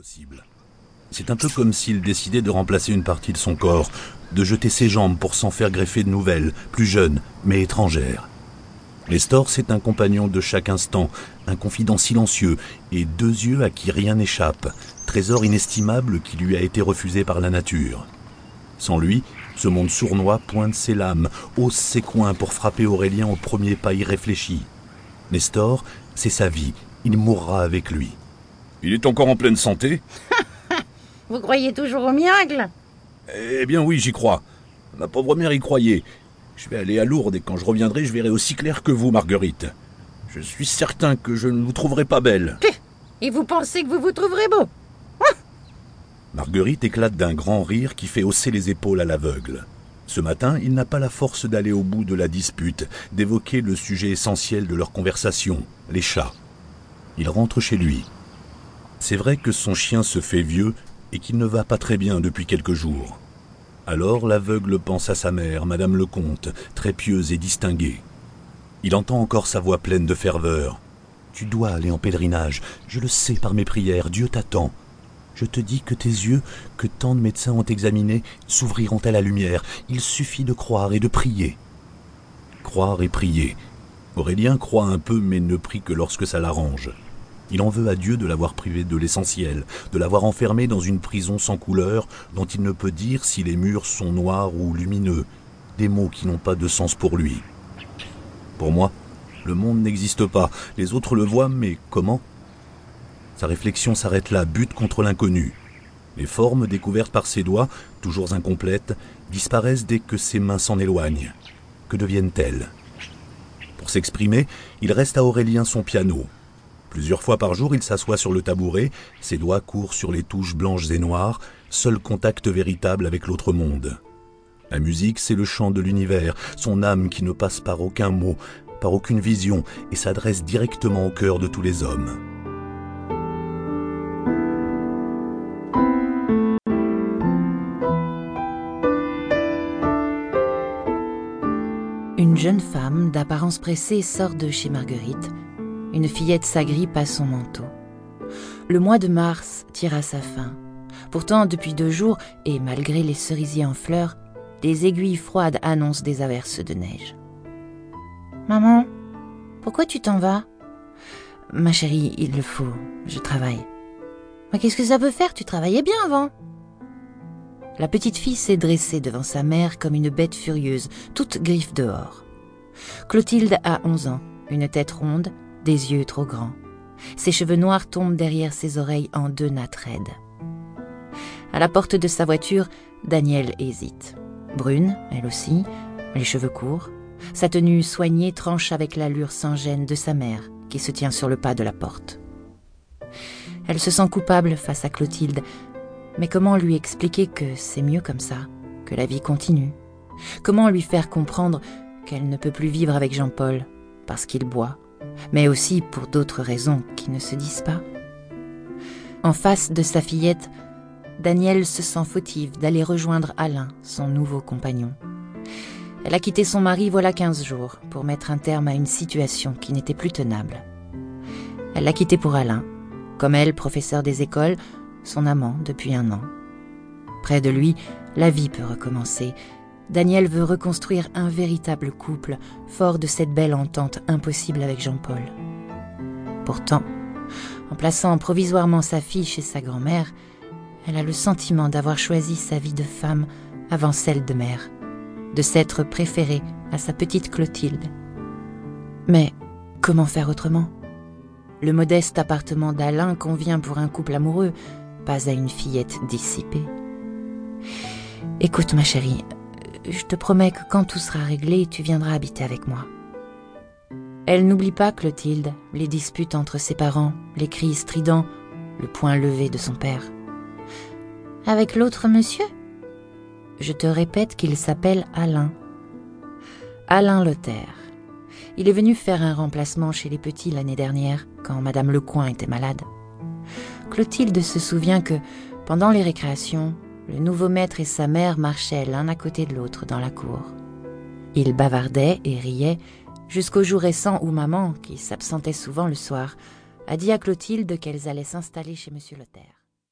possible. C'est un peu comme s'il décidait de remplacer une partie de son corps, de jeter ses jambes pour s'en faire greffer de nouvelles, plus jeunes, mais étrangères. Nestor, c'est un compagnon de chaque instant, un confident silencieux et deux yeux à qui rien n'échappe, trésor inestimable qui lui a été refusé par la nature. Sans lui, ce monde sournois pointe ses lames, hausse ses coins pour frapper Aurélien au premier pas irréfléchi. Nestor, c'est sa vie, il mourra avec lui. Il est encore en pleine santé ? Vous croyez toujours au miracle ? Eh bien oui, j'y crois. Ma pauvre mère y croyait. Je vais aller à Lourdes et quand je reviendrai, je verrai aussi clair que vous, Marguerite. Je suis certain que je ne vous trouverai pas belle. Et vous pensez que vous vous trouverez beau ? Marguerite éclate d'un grand rire qui fait hausser les épaules à l'aveugle. Ce matin, il n'a pas la force d'aller au bout de la dispute, d'évoquer le sujet essentiel de leur conversation, les chats. Il rentre chez lui. C'est vrai que son chien se fait vieux et qu'il ne va pas très bien depuis quelques jours. Alors l'aveugle pense à sa mère, Madame Lecomte, très pieuse et distinguée. Il entend encore sa voix pleine de ferveur. « Tu dois aller en pèlerinage, je le sais par mes prières, Dieu t'attend. Je te dis que tes yeux, que tant de médecins ont examinés, s'ouvriront à la lumière. Il suffit de croire et de prier. » Croire et prier. Aurélien croit un peu, mais ne prie que lorsque ça l'arrange. Il en veut à Dieu de l'avoir privé de l'essentiel, de l'avoir enfermé dans une prison sans couleur, dont il ne peut dire si les murs sont noirs ou lumineux, des mots qui n'ont pas de sens pour lui. Pour moi, le monde n'existe pas, les autres le voient, mais comment ? Sa réflexion s'arrête là, bute contre l'inconnu. Les formes découvertes par ses doigts, toujours incomplètes, disparaissent dès que ses mains s'en éloignent. Que deviennent-elles ? Pour s'exprimer, il reste à Aurélien son piano. Plusieurs fois par jour, il s'assoit sur le tabouret, ses doigts courent sur les touches blanches et noires, seul contact véritable avec l'autre monde. La musique, c'est le chant de l'univers, son âme qui ne passe par aucun mot, par aucune vision, et s'adresse directement au cœur de tous les hommes. Une jeune femme d'apparence pressée sort de chez Marguerite. Une fillette s'agrippe à son manteau. Le mois de mars tire à sa fin. Pourtant, depuis 2 jours, et malgré les cerisiers en fleurs, des aiguilles froides annoncent des averses de neige. « Maman, pourquoi tu t'en vas ?»« Ma chérie, il le faut, je travaille. »« Mais qu'est-ce que ça peut faire ? Tu travaillais bien avant !» La petite fille s'est dressée devant sa mère comme une bête furieuse, toute griffe dehors. Clotilde a 11 ans, une tête ronde, des yeux trop grands. Ses cheveux noirs tombent derrière ses oreilles en 2 nattes raides. À la porte de sa voiture, Danielle hésite. Brune, elle aussi, les cheveux courts. Sa tenue soignée tranche avec l'allure sans gêne de sa mère, qui se tient sur le pas de la porte. Elle se sent coupable face à Clotilde, mais comment lui expliquer que c'est mieux comme ça, que la vie continue ? Comment lui faire comprendre qu'elle ne peut plus vivre avec Jean-Paul, parce qu'il boit, mais aussi pour d'autres raisons qui ne se disent pas. En face de sa fillette, Danielle se sent fautive d'aller rejoindre Alain, son nouveau compagnon. Elle a quitté son mari voilà 15 jours pour mettre un terme à une situation qui n'était plus tenable. Elle l'a quitté pour Alain, comme elle, professeur des écoles, son amant depuis 1 an. Près de lui, la vie peut recommencer. Danielle veut reconstruire un véritable couple, fort de cette belle entente impossible avec Jean-Paul. Pourtant, en plaçant provisoirement sa fille chez sa grand-mère, elle a le sentiment d'avoir choisi sa vie de femme avant celle de mère, de s'être préférée à sa petite Clotilde. Mais comment faire autrement ? Le modeste appartement d'Alain convient pour un couple amoureux, pas à une fillette dissipée. « Écoute, ma chérie, je te promets que quand tout sera réglé, tu viendras habiter avec moi. » Elle n'oublie pas Clotilde, les disputes entre ses parents, les cris stridents, le poing levé de son père. « Avec l'autre monsieur ?» Je te répète qu'il s'appelle Alain. Alain Lothaire. Il est venu faire un remplacement chez les petits l'année dernière, quand Madame Lecoing était malade. Clotilde se souvient que, pendant les récréations, le nouveau maître et sa mère marchaient l'un à côté de l'autre dans la cour. Ils bavardaient et riaient jusqu'au jour récent où maman, qui s'absentait souvent le soir, a dit à Clotilde qu'elles allaient s'installer chez Monsieur Lothaire.